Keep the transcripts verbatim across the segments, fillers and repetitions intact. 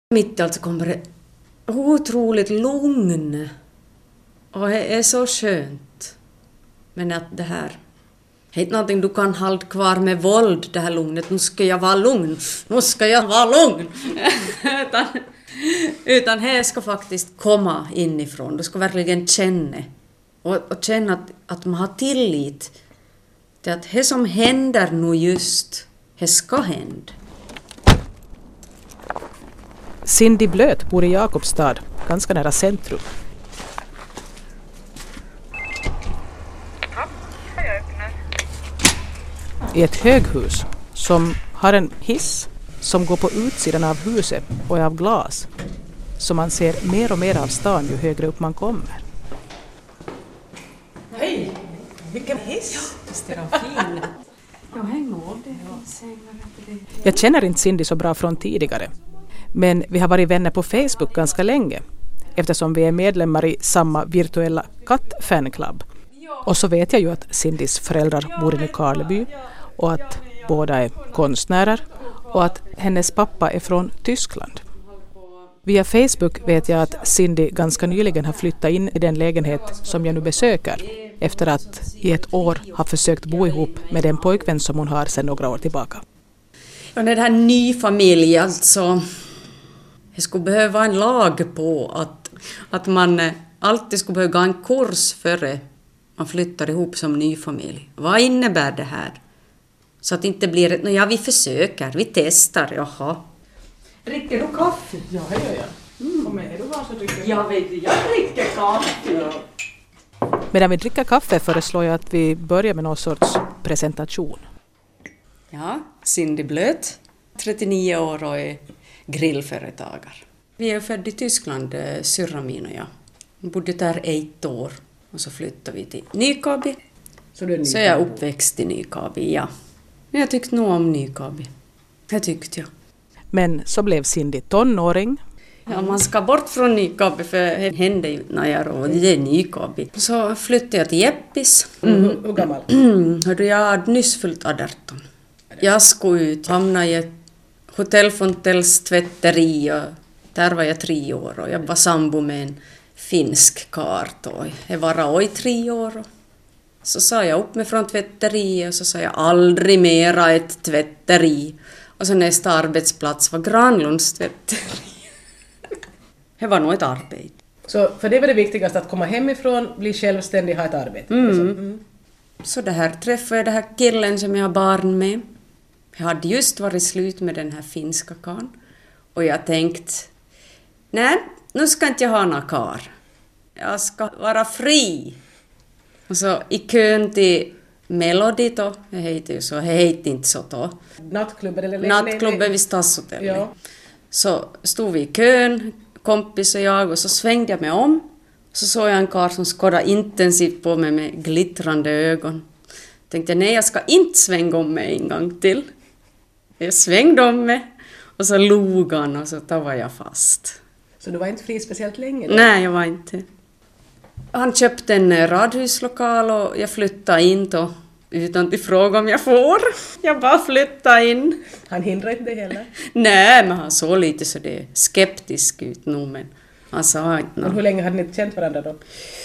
Mitt i allt så kommer det otroligt lugn. Och det är så skönt. Men att det här... Det är inte någonting du kan hålla kvar med våld, det här lugnet. Nu ska jag vara lugn. Nu ska jag vara lugn. utan, utan det ska faktiskt komma inifrån. Du ska verkligen känna. Och, och känna att, att man har tillit till att det som händer nu just, det ska hända. Cindy Blöt bor i Jakobstad, ganska nära centrum. I ett höghus som har en hiss som går på utsidan av huset och är av glas. Så man ser mer och mer av stan ju högre upp man kommer. Hej! Vilken hiss! Visst är den fin? Ja, häng av det. Jag känner inte Cindy så bra från tidigare. Men vi har varit vänner på Facebook ganska länge. Eftersom vi är medlemmar i samma virtuella katt-fanclub. Och så vet jag ju att Cindys föräldrar bor i Nykarleby. Och att båda är konstnärer. Och att hennes pappa är från Tyskland. Via Facebook vet jag att Cindy ganska nyligen har flyttat in i den lägenhet som jag nu besöker. Efter att i ett år ha försökt bo ihop med den pojkvän som hon har sedan några år tillbaka. Och det här ny familj, alltså... Det skulle behöva en lag på att, att man alltid skulle behöva gå en kurs före man flyttar ihop som ny familj. Vad innebär det här? Så att det inte blir ett, ja vi försöker, vi testar, jaha. Dricker du kaffe? Ja, det gör jag. Mm. Kom med, du var så dricker jag. Jag vet, jag dricker kaffe. Medan vi dricker kaffe föreslår jag att vi börjar med någon sorts presentation. Ja, Cindy Blöt, trettionio år och är grillföretagare. Vi är födda i Tyskland, syrra min och jag. Vi bodde där ett år och så flyttade vi till Nykarleby. Så, du är så jag är uppväxt i Nykarleby, ja. Men jag tyckte nog om Nykarleby. Det tyckte jag. Men så blev Cindy tonåring. Ja, man ska bort från Nykarleby för det hände ju när jag rådde i Nykarleby. Så flyttade jag till Jeppis. Mm. Mm. Hur gammal? Mm. Hörde jag hade nyss fyllt arton. Jag skulle ut, hamna i ett Hotell Fontels tvätteri och där var jag tre år och jag var sambo med en finsk kart och jag var i tre år. Så sa jag upp mig från tvätteri och så sa jag aldrig mera ett tvätteri. Och så nästa arbetsplats var Granlunds tvätteri. Det var nog ett arbete. Så för det var det viktigaste att komma hemifrån, bli självständig, ha ett arbete. Mm. Mm. Så det här träffade jag den här killen som jag har barn med. Jag hade just varit slut med den här finska karn. Och jag tänkte, nej, nu ska inte jag ha någon kar. Jag ska vara fri. Och så i kön till Melody då, det heter ju så, det heter inte så då. Nattklubben eller? Nattklubben vid Stadshotellet. Ja. Så stod vi i kön, kompis och jag, och så svängde jag mig om. Så såg jag en kar som skådade intensivt på mig med glittrande ögon. Tänkte jag, nej jag ska inte svänga om mig en gång till. Jag svängde om mig och så log han och så då var jag fast. Så du var inte fri speciellt länge då? Nej, jag var inte. Han köpte en radhuslokal och jag flyttade in då utan att fråga om jag får. Jag bara flyttade in. Han hindrade inte det heller? Nej, men han såg lite så det är skeptisk ut nu, men han sa inte något. Och hur länge hade ni känt varandra då?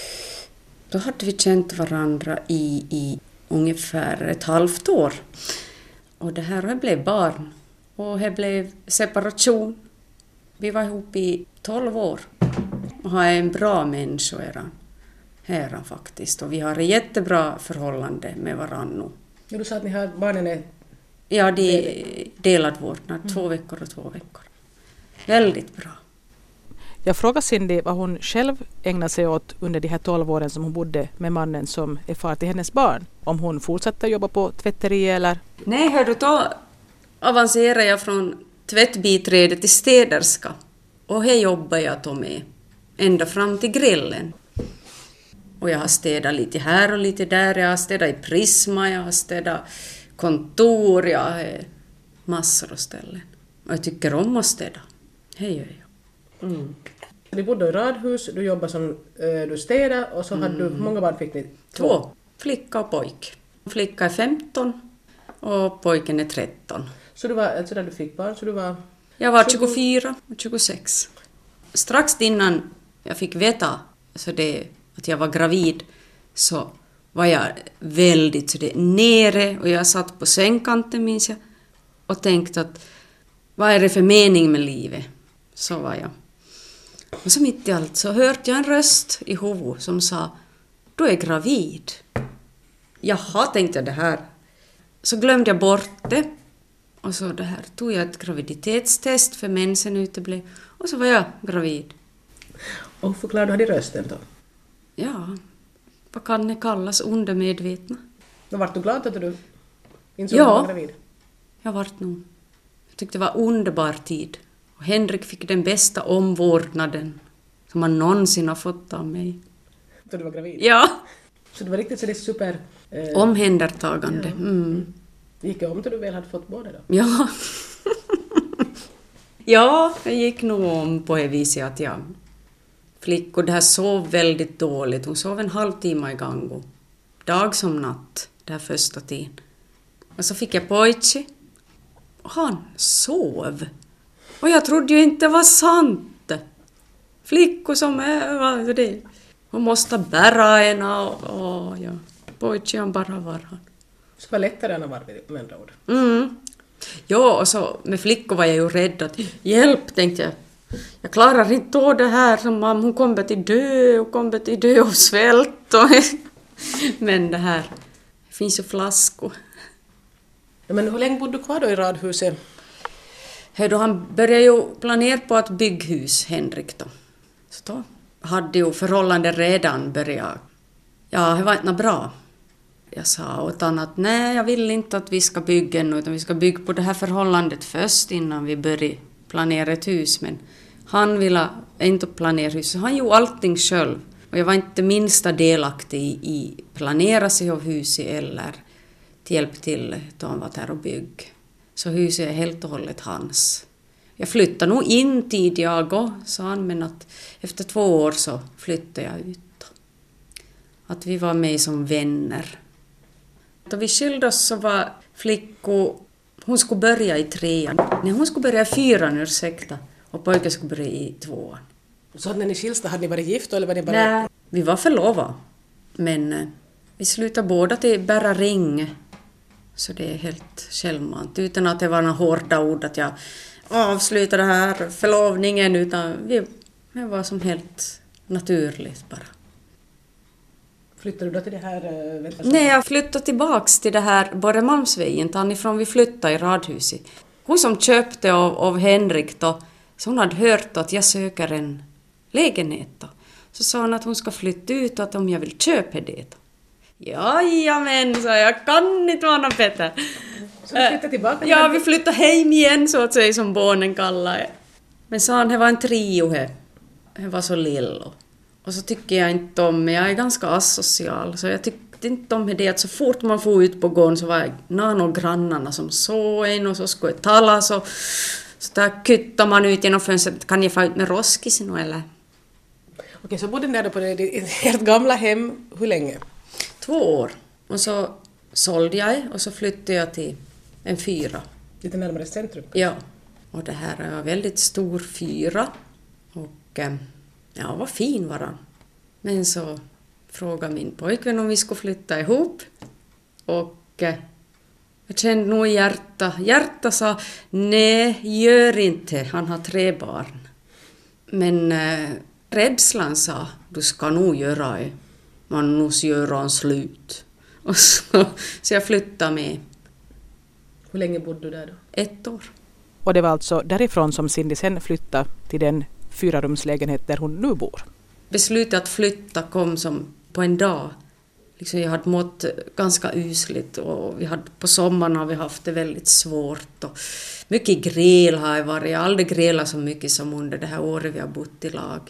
Då hade vi känt varandra i, i ungefär ett halvt år. Och det här blev barn. Och det blev separation. Vi var ihop i tolv år. Och han är en bra människa, är han. Här är han faktiskt. Och vi har ett jättebra förhållande med varandra. Ja, du sa att ni har barnen är... Ja, det är delad vårdnad. Mm. Två veckor och två veckor. Väldigt bra. Jag frågade Cindy vad hon själv ägnade sig åt under de här tolv åren som hon bodde med mannen som är far till hennes barn. Om hon fortsatte jobba på tvätteri eller... Nej, hör du, då avancerade jag från tvättbiträde till städerska. Och här jobbar jag då med ända fram till grillen. Och jag har städat lite här och lite där. Jag har städat i Prisma, jag har städat kontor, jag har massor av ställen. Och jag tycker om att städa. Det gör jag. Mm. Du bodde i radhus, du jobbade som äh, du städade och så mm. hade du, hur många barn fick ni? Två. Två. Flicka och pojk. Flicka är femton och pojken är tretton. Så du var, alltså där du fick barn, så du var... Jag var tjugofyra och tjugosex. Strax innan jag fick veta så det, att jag var gravid så var jag väldigt så det, nere och jag satt på sängkanten minns jag och tänkte att vad är det för mening med livet? Så var jag. Och så mitt i allt så hörde jag en röst i huvudet som sa du är gravid. Jaha, tänkte jag det här. Så glömde jag bort det. Och så det här tog jag ett graviditetstest för mensen uteblev. Och så var jag gravid. Och förklarade du hade rösten då? Ja, vad kan det kallas? Undermedvetna. Men vart du glad att du insåg Ja. att du var gravid? Jag vart nog. Jag tyckte det var underbar tid. Och Henrik fick den bästa omvårdnaden som han någonsin har fått av mig. Då du var gravid? Ja. Så det var riktigt så det är super... Eh, Omhändertagande. Ja. Mm. Gick det om till du väl hade fått båda då? Ja. Ja, jag gick nog om på det viset att jag... Flickor, det här sov väldigt dåligt. Hon sov en halvtimme i gång. Dag som natt, det här första tiden. Och så fick jag pojke. Och han sov. Och jag trodde ju inte det var sant. Flickor som är... Vad det? Hon måste bära en och... och ja. Pojke han bara var han. Så det var lättare än att vara med andra ord. Mm. Ja, och så med flickor var jag ju rädd att hjälp, tänkte jag. Jag klarar inte då det här som mamma, hon kommer till dö och kommer till dö och svält. Och men det här, det finns ju flaskor. Ja, men hur länge bodde du kvar då i radhuset? Hej då, han började ju planera på att bygga hus, Henrik då. Så då hade ju förhållande redan börjat. Ja, det var inte bra. Jag sa åt honom att nej, jag vill inte att vi ska bygga nu, utan vi ska bygga på det här förhållandet först innan vi börjar planera ett hus. Men han ville inte planera hus, han gjorde allting själv. Och jag var inte minsta delaktig i planera sig av huset eller till hjälp till då han var där och bygg. Så huset är helt och hållet hans. Jag flyttade nog in tid jag och, sa han, men att efter två år så flyttade jag ut. Att vi var med som vänner. Då vi skilde oss så var flickor, hon skulle börja i trean. Nej, hon skulle börja i fyran, ursäkta. Och pojken skulle börja i tvåan. Så när ni skilste, hade ni varit gift eller var det bara... Nej, vi var förlovade. Men eh, vi slutade båda till bära ring. Så det är helt självmant. Utan att det var några hårda ord att jag avslutade det här förlovningen. Utan vi, det var som helt naturligt bara. Flyttade du då till det här... Äh, vänta, Nej, jag flyttade tillbaks till det här Borremalmsvägen, tanifrån vi flyttade i radhuset. Hon som köpte av, av Henrik då, så hon hade hört att jag söker en lägenhet då. Så sa hon att hon ska flytta ut och att om jag vill köpa det då. Jajamän, sa jag, kan inte vara något bättre. Så vi flyttade tillbaka? Ja, vi flyttade hem igen så att säga, som barnen kallar det. Men sa han, det var en trio här. Det var så lillo. Och så tycker jag inte om, jag är ganska asocial, så jag tyckte inte om det att så fort man får ut på gården så var jag några grannarna som såg en och så skulle jag tala så, så där kyttar man ut genom fönstret, kan jag få ut med roskisen eller? Okej, så bodde ni där då på ert gamla hem, hur länge? Två år. Och så sålde jag och så flyttade jag till en fyra. Lite närmare centrum? Ja, och det här är en väldigt stor fyra och... Ja, vad fin var han. Men så frågade min pojkvän om vi skulle flytta ihop. Och eh, jag kände nog i hjärta. Hjärta sa, nej, gör inte. Han har tre barn. Men eh, rädslan sa, du ska nog göra det. Man måste göra en slut. Och så, så jag flyttade med. Hur länge bodde du där då? Ett år. Och det var alltså därifrån som Cindy sen flyttade till den fyrarumslägenhet där hon nu bor. Beslutet att flytta kom som på en dag. Liksom jag hade mått ganska usligt och vi hade, på sommaren har vi haft det väldigt svårt. Och mycket gräl har jag varit. Jag har aldrig grälat så mycket som under det här året vi har bott i lag.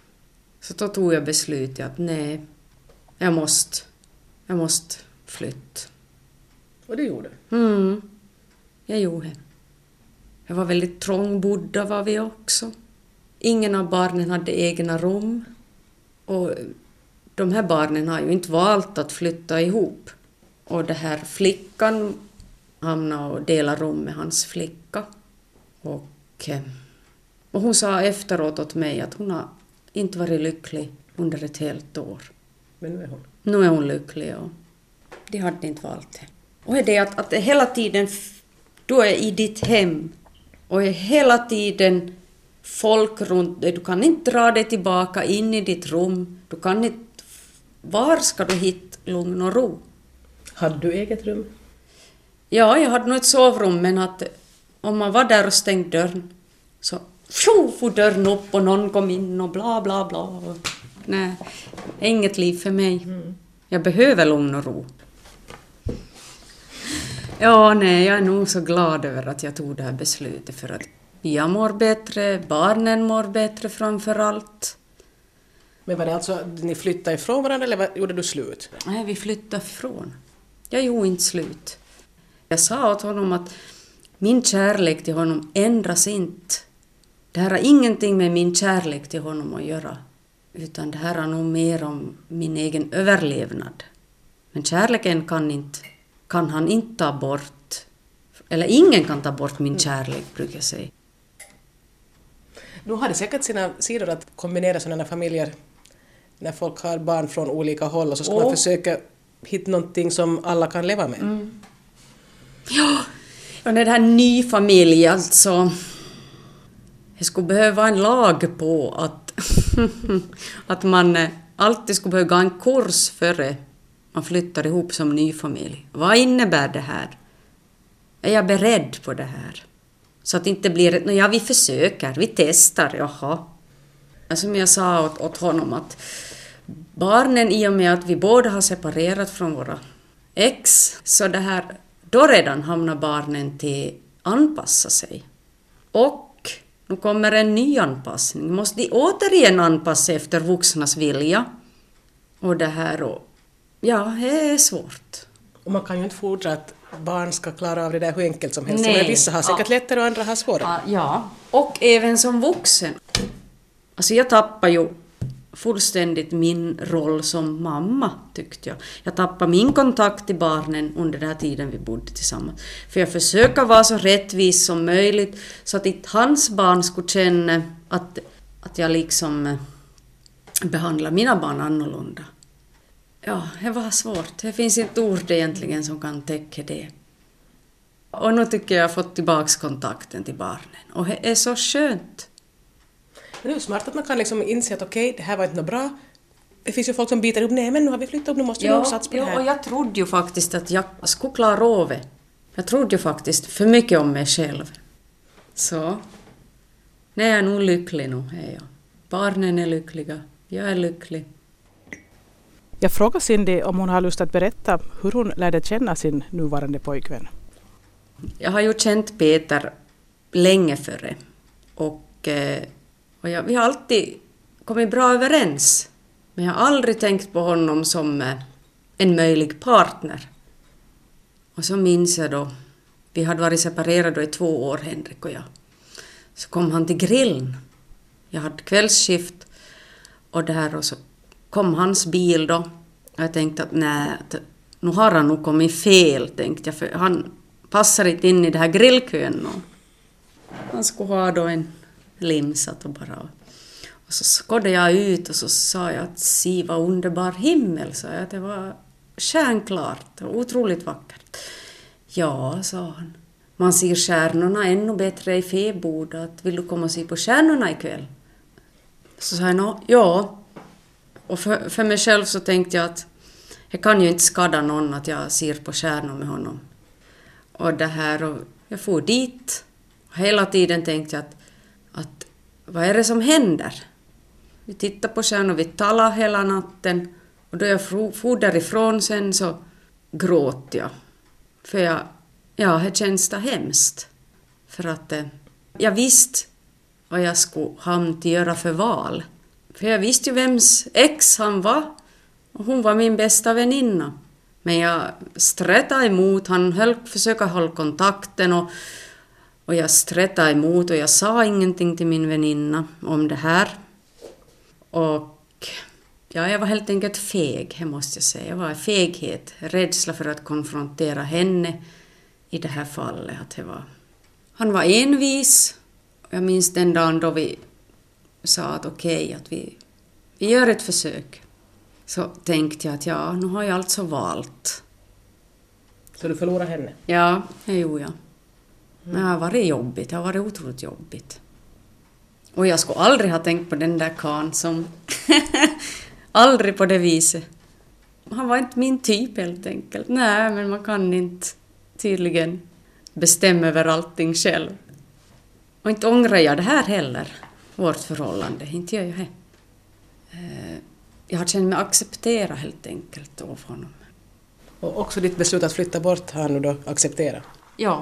Så då tog jag beslutet att nej, jag måste, jag måste flytta. Och det gjorde du? Mm, jag gjorde det. Jag var väldigt trångbodda var vi också. Ingen av barnen hade egna rum. Och de här barnen har ju inte valt att flytta ihop. Och det här flickan hamnade och delade rum med hans flicka. Och och hon sa efteråt åt mig att hon har inte varit lycklig under ett helt år. Men nu är hon. Nu är hon lycklig, och det hade inte valt det. Och är det att, att det hela tiden du är i ditt hem och är hela tiden folk runt dig. Du kan inte dra dig tillbaka in i ditt rum. Du kan inte... Var ska du hitta lugn och ro? Hade du eget rum? Ja, jag hade nog ett sovrum, men att om man var där och stängde dörren så tjo, får dörren upp och någon kom in och bla bla bla. Nej, inget liv för mig. Mm. Jag behöver lugn och ro. Ja, nej, jag är nog så glad över att jag tog det här beslutet, för att jag mår bättre, barnen mår bättre framför allt. Men var det alltså, ni flyttade ifrån varandra eller var, gjorde du slut? Nej, vi flyttade ifrån. Jag gjorde inte slut. Jag sa åt honom att min kärlek till honom ändras inte. Det här har ingenting med min kärlek till honom att göra. Utan det här är nog mer om min egen överlevnad. Men kärleken kan, inte, kan han inte ta bort. Eller ingen kan ta bort min kärlek, brukar jag säga. Nu har det säkert sina sidor att kombinera sådana familjer när folk har barn från olika håll och så ska oh. man försöka hitta någonting som alla kan leva med. Mm. Ja, och när det här ny familj, alltså jag skulle behöva en lag på att att man alltid skulle behöva gå en kurs före man flyttar ihop som ny familj. Vad innebär det här? Är jag beredd på det här? Så att det inte blir ett, ja vi försöker, vi testar, jaha. Som jag sa åt, åt honom att barnen, i och med att vi båda har separerat från våra ex, så det här, då redan hamnar barnen till anpassa sig. Och nu kommer en ny anpassning. Måste de återigen anpassa efter vuxnas vilja. Och det här, och, ja, det är svårt. Och man kan ju inte fordra att barn ska klara av det där hur enkelt som helst. Men vissa har säkert ja. lättare och andra har svårare. Ja, och även som vuxen. Alltså jag tappar ju fullständigt min roll som mamma, tyckte jag. Jag tappade min kontakt till barnen under den här tiden vi bodde tillsammans. För jag försöker vara så rättvis som möjligt så att inte hans barn skulle känna att, att jag liksom behandlar mina barn annorlunda. Ja, det var svårt. Det finns inte ord egentligen som kan täcka det. Och nu tycker jag har fått tillbaka kontakten till barnen. Och det är så skönt. Men det är smart att man kan liksom inse att okej, okay, det här var inte något bra. Det finns ju folk som biter upp, nej men nu har vi flyttat upp, nu måste vi nog satsa på det här. Ja, och jag trodde ju faktiskt att jag skulle klara av det. Jag trodde ju faktiskt för mycket om mig själv. Så, nej jag är nog lycklig nu, är jag. Barnen är lyckliga, jag är lycklig. Jag frågar Cindy om hon har lust att berätta hur hon lärde känna sin nuvarande pojkvän. Jag har ju känt Peter länge före. Och, och jag, vi har alltid kommit bra överens. Men jag har aldrig tänkt på honom som en möjlig partner. Och så minns jag då, vi hade varit separerade i två år, Henrik och jag. Så kom han till grillen. Jag hade kvällsskift och det här, och så kom hans bil då. Och jag tänkte att nej, nu har han nog kommit fel, tänkte jag. För han passar inte in i det här grillkön. Och han skulle ha då en limsat och bara... Och så skådde jag ut och så sa jag att se vad underbar himmel, sa jag. Att det var stjärnklart och otroligt vackert. Ja, sa han. Man ser stjärnorna ännu bättre i Feboda. Att vill du komma och se på stjärnorna ikväll? Så sa jag, ja. Och för, för mig själv så tänkte jag att jag kan ju inte skada någon att jag ser på stjärnor med honom. Och det här, och jag får dit. Och hela tiden tänkte jag att, att vad är det som händer? Vi tittar på stjärnor, vi talar hela natten. Och då jag for därifrån sen så gråt jag. För jag, ja, det känns det hemskt. För att eh, jag visste vad jag skulle hamna till göra för val. För jag visste ju vems ex han var. Och hon var min bästa väninna. Men jag strättade emot. Han höll, försöka hålla kontakten. Och, och jag strättade emot. Och jag sa ingenting till min väninna om det här. Och ja, jag var helt enkelt feg, det måste jag säga. Jag var feghet. Rädsla för att konfrontera henne i det här fallet. Att det var, han var envis. Jag minns den dagen då vi sa att okej, okay, att vi, vi gör ett försök. Så tänkte jag att ja, nu har jag alltså valt. Så du förlorade henne? Ja, det gjorde jag. Men det har varit jobbigt, det har varit otroligt jobbigt. Och jag skulle aldrig ha tänkt på den där kan som... aldrig på det viset. Han var inte min typ helt enkelt. Nej, men man kan inte tydligen bestämma över allting själv. Och inte ångrar jag det här heller, vårt förhållande. Inte gör jag det. Jag har känt mig acceptera helt enkelt av honom. Och också ditt beslut att flytta bort har nu då acceptera? Ja.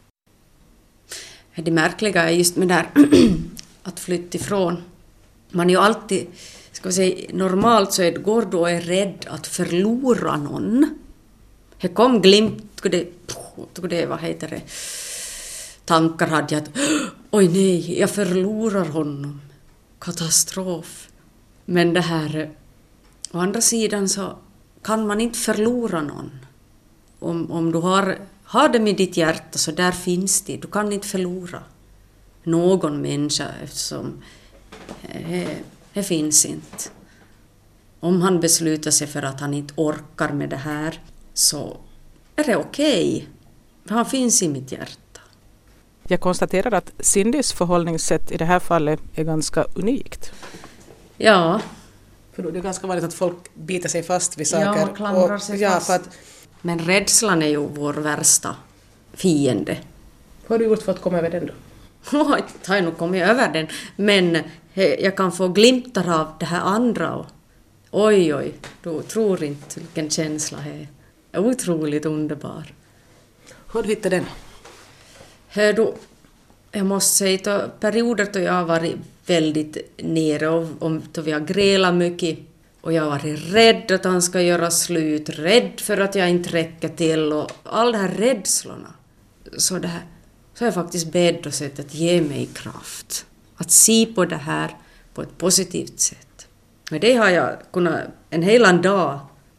Det märkliga är just med där att flytta ifrån. Man är ju alltid, ska vi säga, normalt så är, går då är rädd att förlora någon. Det kom glimt, det, det, vad heter det, tankar hade jag att oj nej, jag förlorar honom. Katastrof. Men det här, å andra sidan så kan man inte förlora någon. Om, om du har, har det med ditt hjärta så där finns det. Du kan inte förlora någon människa eftersom det, det finns inte. Om han beslutar sig för att han inte orkar med det här så är det okej. Okay. Han finns i mitt hjärta. Jag konstaterar att Cindys förhållningssätt i det här fallet är ganska unikt. Ja. För det är ganska vanligt att folk biter sig fast vid saker. Ja, klamrar sig och, ja, fast. För att, men rädslan är ju vår värsta fiende. Vad har du gjort för att komma över den då? Jag har nog kommit över den. Men jag kan få glimtar av det här andra. Och, oj, oj, du tror inte vilken känsla det är. Otroligt underbar. Hur har du hittat den? Hör du, jag måste säga att perioder då jag har varit väldigt nere och, och då vi har grälat mycket och jag har varit rädd att han ska göra slut, rädd för att jag inte räcker till och all de här rädslorna. Så, det här, så har jag faktiskt bett och sett att ge mig kraft. Att se på det här på ett positivt sätt. Och det har jag kunnat en hela dag,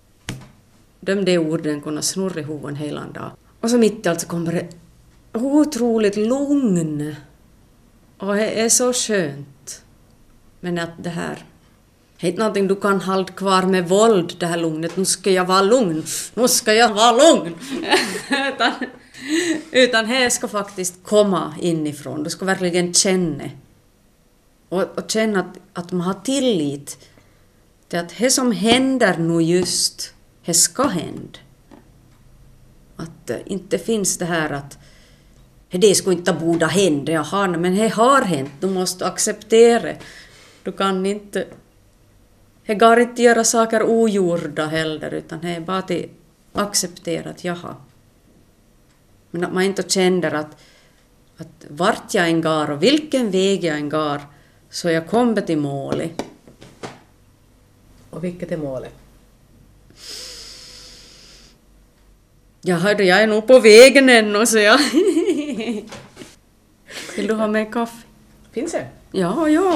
de där orden kunnat snurra ihop en hela dag. Och så mitt i allt så kommer det otroligt lugn. Och det är så skönt. Men att det här, det är inte någonting du kan hålla kvar med våld, det här lugnet. Nu ska jag vara lugn, nu ska jag vara lugn. utan, utan det ska faktiskt komma inifrån. Du ska verkligen känna. Och, och känna att, att man har tillit till att det som händer nu just, det ska hända. Att det inte finns det här att det skulle inte borde hända, jaha, men det har hänt, du måste acceptera. Du kan inte, det går inte göra saker ogjorda heller, utan det är bara till accepterat, jaha. Men att man inte känner att, att vart jag än går och vilken väg jag än går så jag kommer till målet. Och vilket är målet? Ja, hörde, jag är nog på vägen ännu, så jag... Vill du ha med kaffe? Finns det? Ja, ja.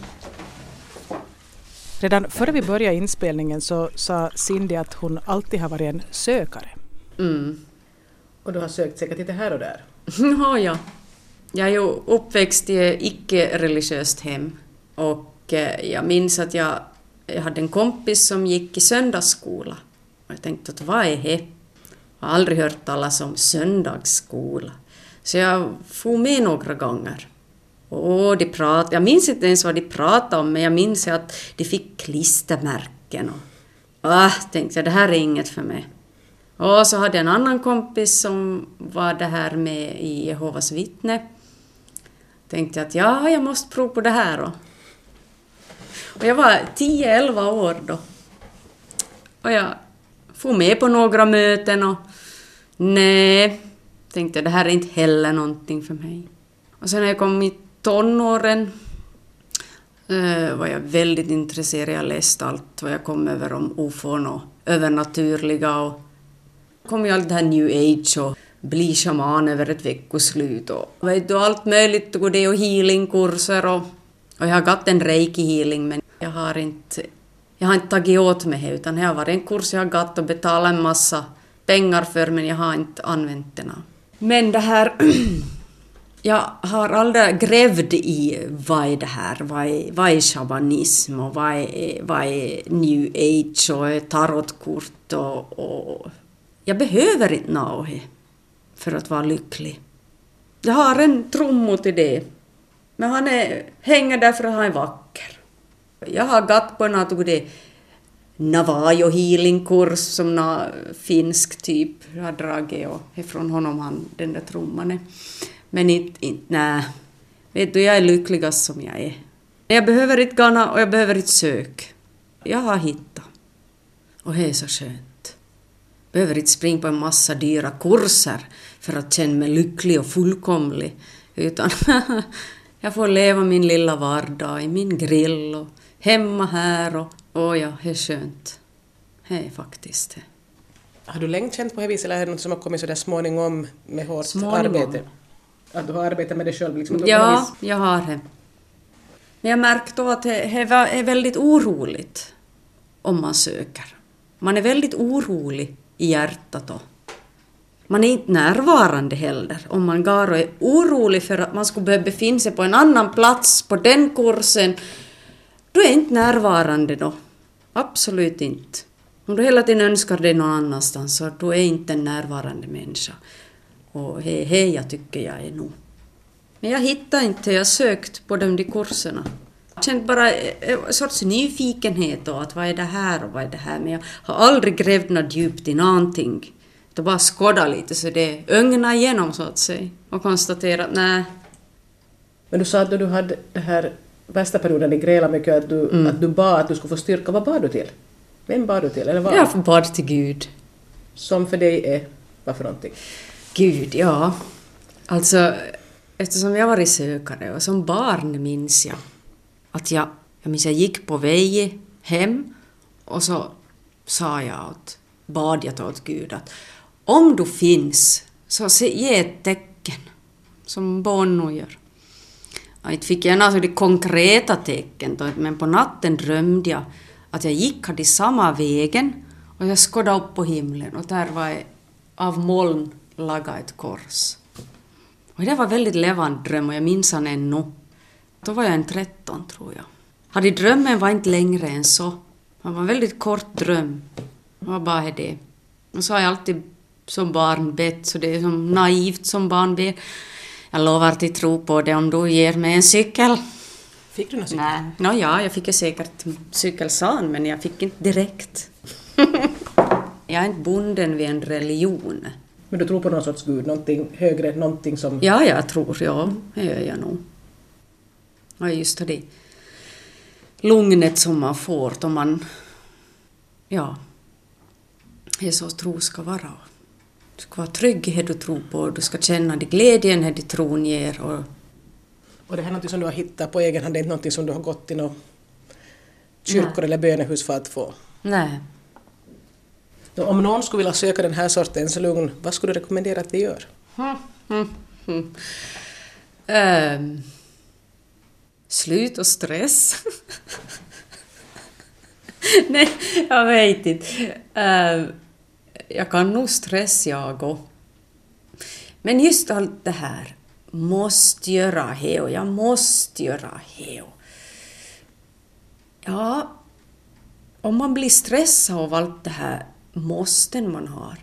Redan före vi började inspelningen så sa Cindy att hon alltid har varit en sökare. Mm. Och du har sökt säkert lite här och där? Ja, ja. Jag är ju uppväxt i ett icke-religiöst hem. Och jag minns att jag, jag hade en kompis som gick i söndagsskola. Och jag tänkte att vad är det? Jag har aldrig hört talas om söndagsskola. Så jag får med några gånger. Och de pratade, jag minns inte ens vad de pratade om, men jag minns att de fick klistermärken. Och ah, tänkte jag, det här är inget för mig. Och så hade jag en annan kompis som var det här med i Jehovas vittne. Tänkte jag att ja, jag måste prova på det här då. Och jag var tio elva år då. Och jag får med på några möten och nej, tänkte jag, det här är inte heller någonting för mig. Och sen när jag kom i tonåren uh, var jag väldigt intresserad. Jag läste allt vad jag kom över om U F O och övernaturliga. Och kom ju allt det här new age och bli shaman över ett veckoslut. Och vet du, allt möjligt. Och det och healingkurser. Och, och jag har gått en reiki healing, men jag har inte... Jag har inte tagit åt mig det, utan det har varit en kurs jag har gått och betalat en massa pengar för, men jag har inte använt den. Men det här Jag har aldrig grävt i vad är det här, vad är, vad är shamanism och vad är, vad är new age och tarotkort och, och jag behöver inte något för att vara lycklig. Jag har en trummo till det, men han är, hänger där för att han är vacker. Jag har gått på något det Navajo healing-kurs som någon finsk typ har dragit och ifrån honom han, den där trumman är. Men inte, inte, nej. Vet du, jag är lyckligast som jag är. Jag behöver inte gana och jag behöver inte söka. Jag har hittat. Och det är så skönt. Jag behöver inte springa på en massa dyra kurser för att känna mig lycklig och fullkomlig. Utan jag får leva min lilla vardag i min grill och hemma här. Och, och ja, det är skönt. Det är faktiskt det. Har du länge känt på det viset eller är det något som har kommit så där småningom med hårt småningom. arbete? Att du har arbetat med det själv? Liksom, ja, jag har det. Men jag märkte då att det är väldigt oroligt om man söker. Man är väldigt orolig i hjärtat då. Man är inte närvarande heller. Om man går och är orolig för att man skulle behöva befinna sig på en annan plats på den kursen, då är inte närvarande då. Absolut inte. Om du hela tiden önskar dig någon annanstans så då är inte en närvarande människa. Och hej, hej, jag tycker jag är nog. Men jag hittade inte, jag sökt på de där kurserna. Jag kände bara en sorts nyfikenhet då, att vad är det här och vad är det här. Men jag har aldrig grävt något djupt i någonting. Det bara skåda lite så det ögna igenom så att säga. Och konstatera att nej. Men du sa att du hade det här värsta perioden i gräla mycket att du, mm. att du bad att du skulle få styrka. Vad bad du till? Vem bad du till? Eller vad? Jag bad till Gud. Som för dig är vad för någonting? Gud, ja. Alltså, eftersom jag var i sökare och som barn minns jag att jag, jag minns jag gick på väg hem och så sa jag åt, bad jag åt Gud att om du finns så se, ge ett tecken som barn gör. Jag inte fick jag några konkreta tecken då, men på natten drömde jag att jag gick hade samma vägen och jag skådade upp på himlen och där var jag av moln laga ett kors. Och det var väldigt levande dröm och jag minns han ännu. Då var jag en tretton tror jag. Hade drömmen var inte längre än så. Det var en väldigt kort dröm. Det var bara det. Och så har jag alltid som barn bett så det är som naivt som barn ber. Jag lovar att tro på det om du ger mig en cykel. Fick du någon cykel? Nej. Nå ja, jag fick ju säkert cykelsan men jag fick inte direkt. Jag är inte bunden vid en religion. Men du tror på någon sorts Gud, någonting högre, någonting som... Ja, jag tror, ja. Det gör jag nog. Och just det lugnet som man får om man, ja, det är så tro ska vara. Du ska vara trygg i det du tror på, du ska känna det glädjen det tron ger. Och, och det här är något som du har hittat på egen hand, det är inte något som du har gått till någon kyrkor Nej. eller bönehus för att få? Nej. Om någon skulle vilja söka den här sortens lugn, vad skulle du rekommendera att de gör? Mm, mm, mm. Um, slut och stress. Nej, jag vet inte. Uh, jag kan nog stress jag och. Men just allt det här. Måste göra det och jag måste göra det. Ja, om man blir stressad av allt det här måsten man har.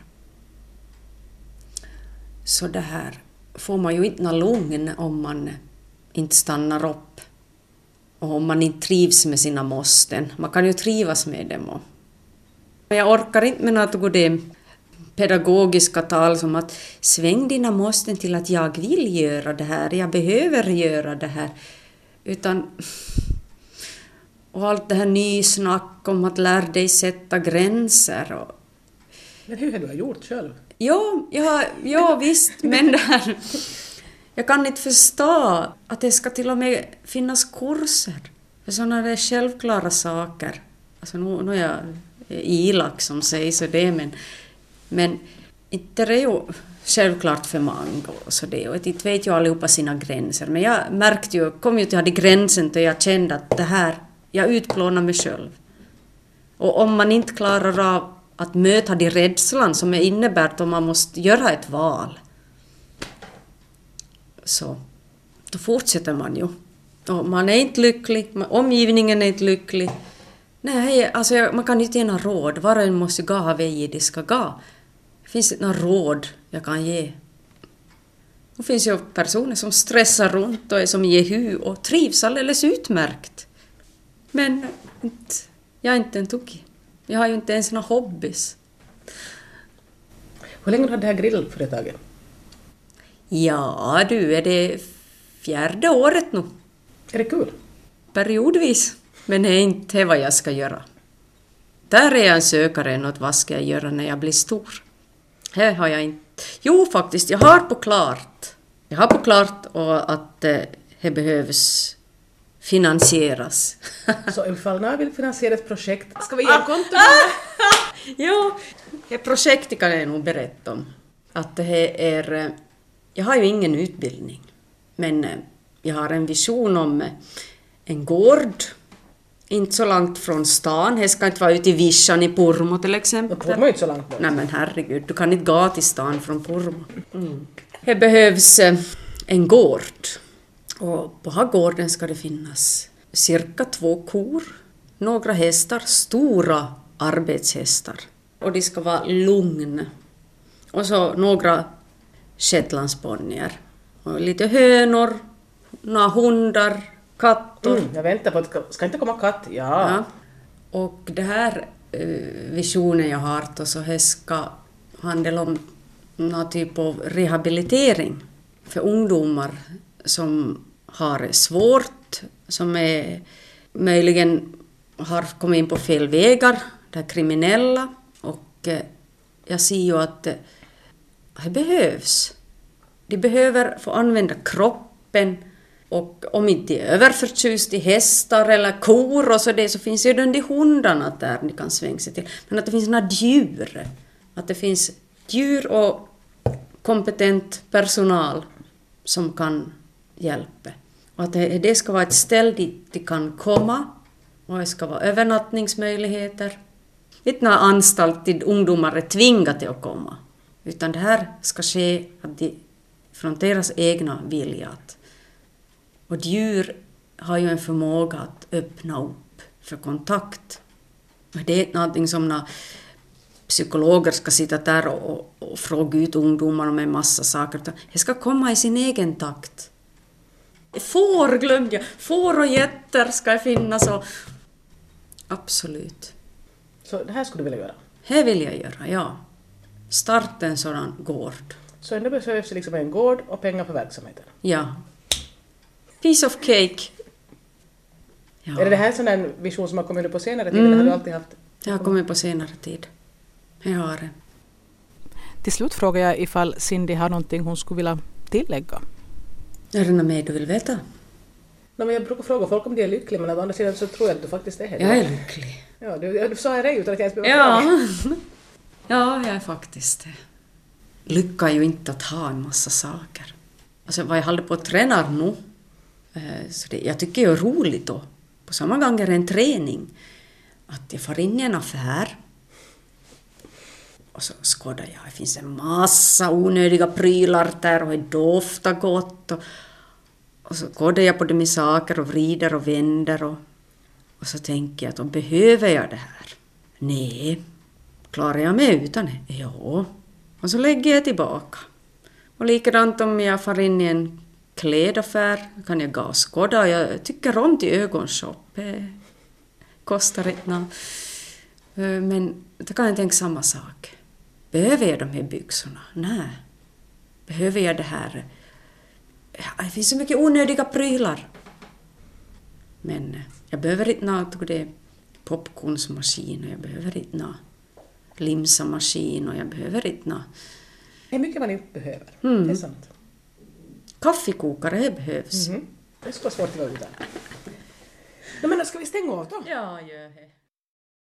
Så det här får man ju inte någon lugn om man inte stannar upp. Och om man inte trivs med sina måsten. Man kan ju trivas med dem. Och jag orkar inte med något av det pedagogiska tal som att sväng dina måsten till att jag vill göra det här. Jag behöver göra det här. Utan... Och allt det här nysnack om att lära dig sätta gränser. Och... Men hur har du gjort själv? Ja, ja, ja visst. Men det här, jag kan inte förstå att det ska till och med finnas kurser. För sådana där självklara saker. Alltså nu, nu är jag ilak som säger så det. Men, men inte det är ju självklart för många. Och så det. Och inte vet ju allihopa sina gränser. Men jag märkte ju, kom ju till att jag hade gränsen till jag kände att det här... Jag utplånar mig själv. Och om man inte klarar av att möta de rädslan som är innebär att man måste göra ett val. Så då fortsätter man ju. Och man är inte lycklig, omgivningen är inte lycklig. Nej, alltså jag, man kan inte ge några råd. Var och en måste gå ha väg de ska gå. Det finns inte några råd jag kan ge. Det finns ju personer som stressar runt och är som jehu och trivs alldeles utmärkt. Men jag är inte en tokig. Jag har ju inte ens några hobbys. Hur länge har det här grillföretaget? Ja, du, är det fjärde året nu. Är det kul? Periodvis. Men det är inte vad jag ska göra. Där är jag en sökare åt vad ska jag göra när jag blir stor. Här har jag inte. Jo, faktiskt, jag har på klart. Jag har på klart och att det eh, behövs finansieras. Så ifall någon vill finansiera ett projekt, ska vi ge en konto? Ja, ett projekt kan jag nog berätta om. Att det är, jag har ju ingen utbildning, men jag har en vision om en gård, inte så långt från stan. Det ska inte vara ute i Vischan i Pormo till exempel. Och Pormo är inte så långt bort. Nej men herregud, du kan inte gå till stan från Pormo. Mm. Det behövs en gård. Och på den här gården ska det finnas cirka två kor, några hästar, stora arbetshästar. Och de ska vara lugna. Och så några shetlandsponnyer. Och lite hönor, några hundar, katter. Mm, jag väntar på att det ska inte komma katt. Ja. Ja. Och det här uh, visionen jag har då, så det ska handla om någon typ av rehabilitering för ungdomar som har det svårt, som är möjligen har kommit in på fel vägar, det är kriminella. Och eh, jag ser ju att eh, det behövs. De behöver få använda kroppen, och om inte de är överförtjust i hästar eller kor och så, det, så finns ju de hundarna där de kan svänga sig till. Men att det finns några djur, att det finns djur och kompetent personal som kan hjälpa. Och att det, det ska vara ett ställe dit de kan komma, och det ska vara övernattningsmöjligheter. Inte någon anstalt dit ungdomar är tvingade att komma, utan det här ska ske att de, från deras egna vilja. Och djur har ju en förmåga att öppna upp för kontakt. Och det är inte någonting som när psykologer ska sitta där och, och, och fråga ut ungdomar om en massa saker. Det ska komma i sin egen takt. Får glömde jag. Får och getter ska finnas. Och... Absolut. Så det här skulle du vilja göra? Det vill jag göra, ja. Starta en sådan gård. Så ändå behövs det liksom en gård och pengar för verksamheten? Ja. Piece of cake. Ja. Är det det här en sån där vision som har kommit på senare tid, Mm. eller har du alltid haft? Det har kommit på senare tid. Jag har det. Till slut frågar jag ifall Cindy har någonting hon skulle vilja tillägga. Är det något mer du vill veta? No, men jag brukar fråga folk om de är lyckliga, men å andra sidan så tror jag att du faktiskt är det. Jag är lycklig. Ja, du, du sa det utan att jag ens behöver Ja. fråga. Ja, jag är faktiskt det. Lycka är ju inte att ha en massa saker. Alltså vad jag håller på att träna nu, så det, jag tycker det är roligt då. På samma gång är det en träning. Att jag får in i en affär och så skådar jag. Det finns en massa onödiga prylar där och det doftar gott. Och, och så skådar jag på de saker och vrider och vänder. Och, och så tänker jag att då behöver jag det här. Nej, klarar jag mig utan det? Ja. Och så lägger jag tillbaka. Och likadant om jag får in i en klädaffär kan jag gå och skåda. Jag tycker om till ögonshop. Det kostar inte något. Men det kan jag tänka samma sak. Behöver jag de här byxorna? Nej. Behöver jag det här? Det finns så mycket onödiga prylar. Men jag behöver inte något det popcornsmaskin, och jag behöver inte något limsamaskin, och jag behöver inte något. Det är mycket man inte behöver. Mm. Det är sant. Kaffekokare, det behövs. Mm-hmm. Det skulle vara svårt att vara utan. No, men ska vi stänga av då? Ja, gör det.